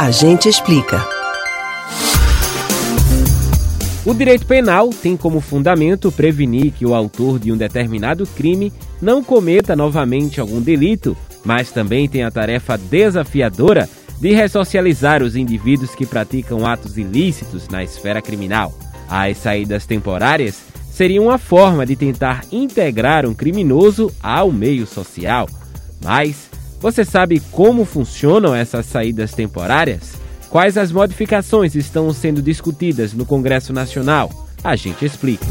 A gente explica. O direito penal tem como fundamento prevenir que o autor de um determinado crime não cometa novamente algum delito, mas também tem a tarefa desafiadora de ressocializar os indivíduos que praticam atos ilícitos na esfera criminal. As saídas temporárias seriam uma forma de tentar integrar um criminoso ao meio social. Mas você sabe como funcionam essas saídas temporárias? Quais as modificações estão sendo discutidas no Congresso Nacional? A gente explica.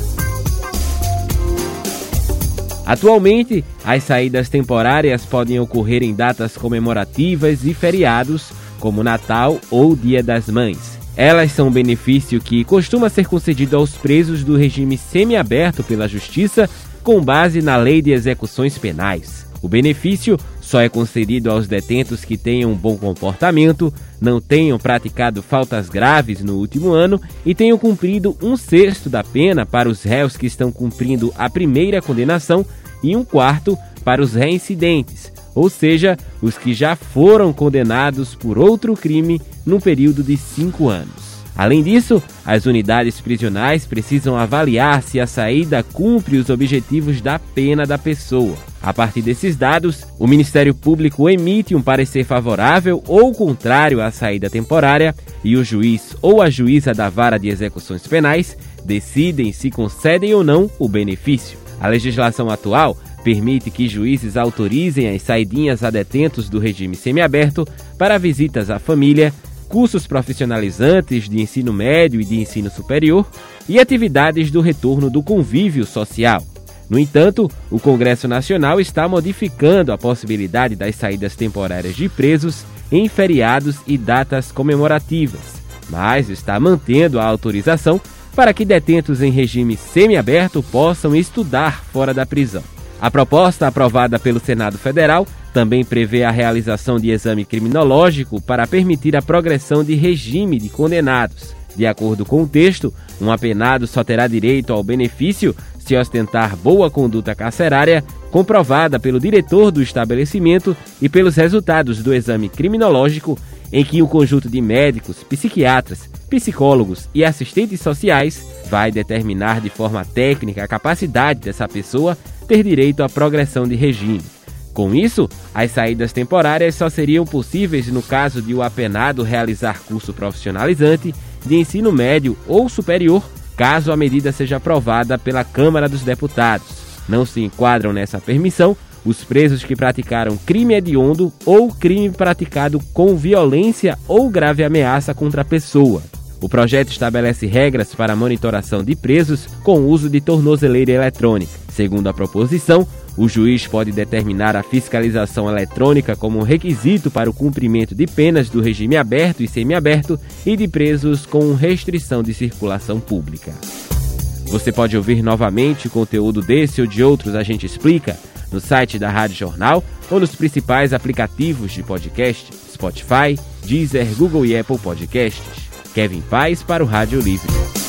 Atualmente, as saídas temporárias podem ocorrer em datas comemorativas e feriados, como Natal ou Dia das Mães. Elas são um benefício que costuma ser concedido aos presos do regime semiaberto pela Justiça com base na Lei de Execuções Penais. O benefício só é concedido aos detentos que tenham um bom comportamento, não tenham praticado faltas graves no último ano e tenham cumprido 1/6 da pena para os réus que estão cumprindo a primeira condenação e 1/4 para os reincidentes, ou seja, os que já foram condenados por outro crime num período de 5 anos. Além disso, as unidades prisionais precisam avaliar se a saída cumpre os objetivos da pena da pessoa. A partir desses dados, o Ministério Público emite um parecer favorável ou contrário à saída temporária e o juiz ou a juíza da Vara de Execuções Penais decidem se concedem ou não o benefício. A legislação atual permite que juízes autorizem as saidinhas a detentos do regime semiaberto para visitas à família, cursos profissionalizantes de ensino médio e de ensino superior e atividades do retorno do convívio social. No entanto, o Congresso Nacional está modificando a possibilidade das saídas temporárias de presos em feriados e datas comemorativas, mas está mantendo a autorização para que detentos em regime semiaberto possam estudar fora da prisão. A proposta aprovada pelo Senado Federal também prevê a realização de exame criminológico para permitir a progressão de regime de condenados. De acordo com o texto, um apenado só terá direito ao benefício se ostentar boa conduta carcerária comprovada pelo diretor do estabelecimento e pelos resultados do exame criminológico, em que o conjunto de médicos, psiquiatras, psicólogos e assistentes sociais vai determinar de forma técnica a capacidade dessa pessoa ter direito à progressão de regime. Com isso, as saídas temporárias só seriam possíveis no caso de o apenado realizar curso profissionalizante de ensino médio ou superior, caso a medida seja aprovada pela Câmara dos Deputados. Não se enquadram nessa permissão os presos que praticaram crime hediondo ou crime praticado com violência ou grave ameaça contra a pessoa. O projeto estabelece regras para a monitoração de presos com o uso de tornozeleira eletrônica. Segundo a proposição, o juiz pode determinar a fiscalização eletrônica como um requisito para o cumprimento de penas do regime aberto e semiaberto e de presos com restrição de circulação pública. Você pode ouvir novamente o conteúdo desse ou de outros A Gente Explica no site da Rádio Jornal ou nos principais aplicativos de podcast, Spotify, Deezer, Google e Apple Podcasts. Kevin Paz para o Rádio Livre.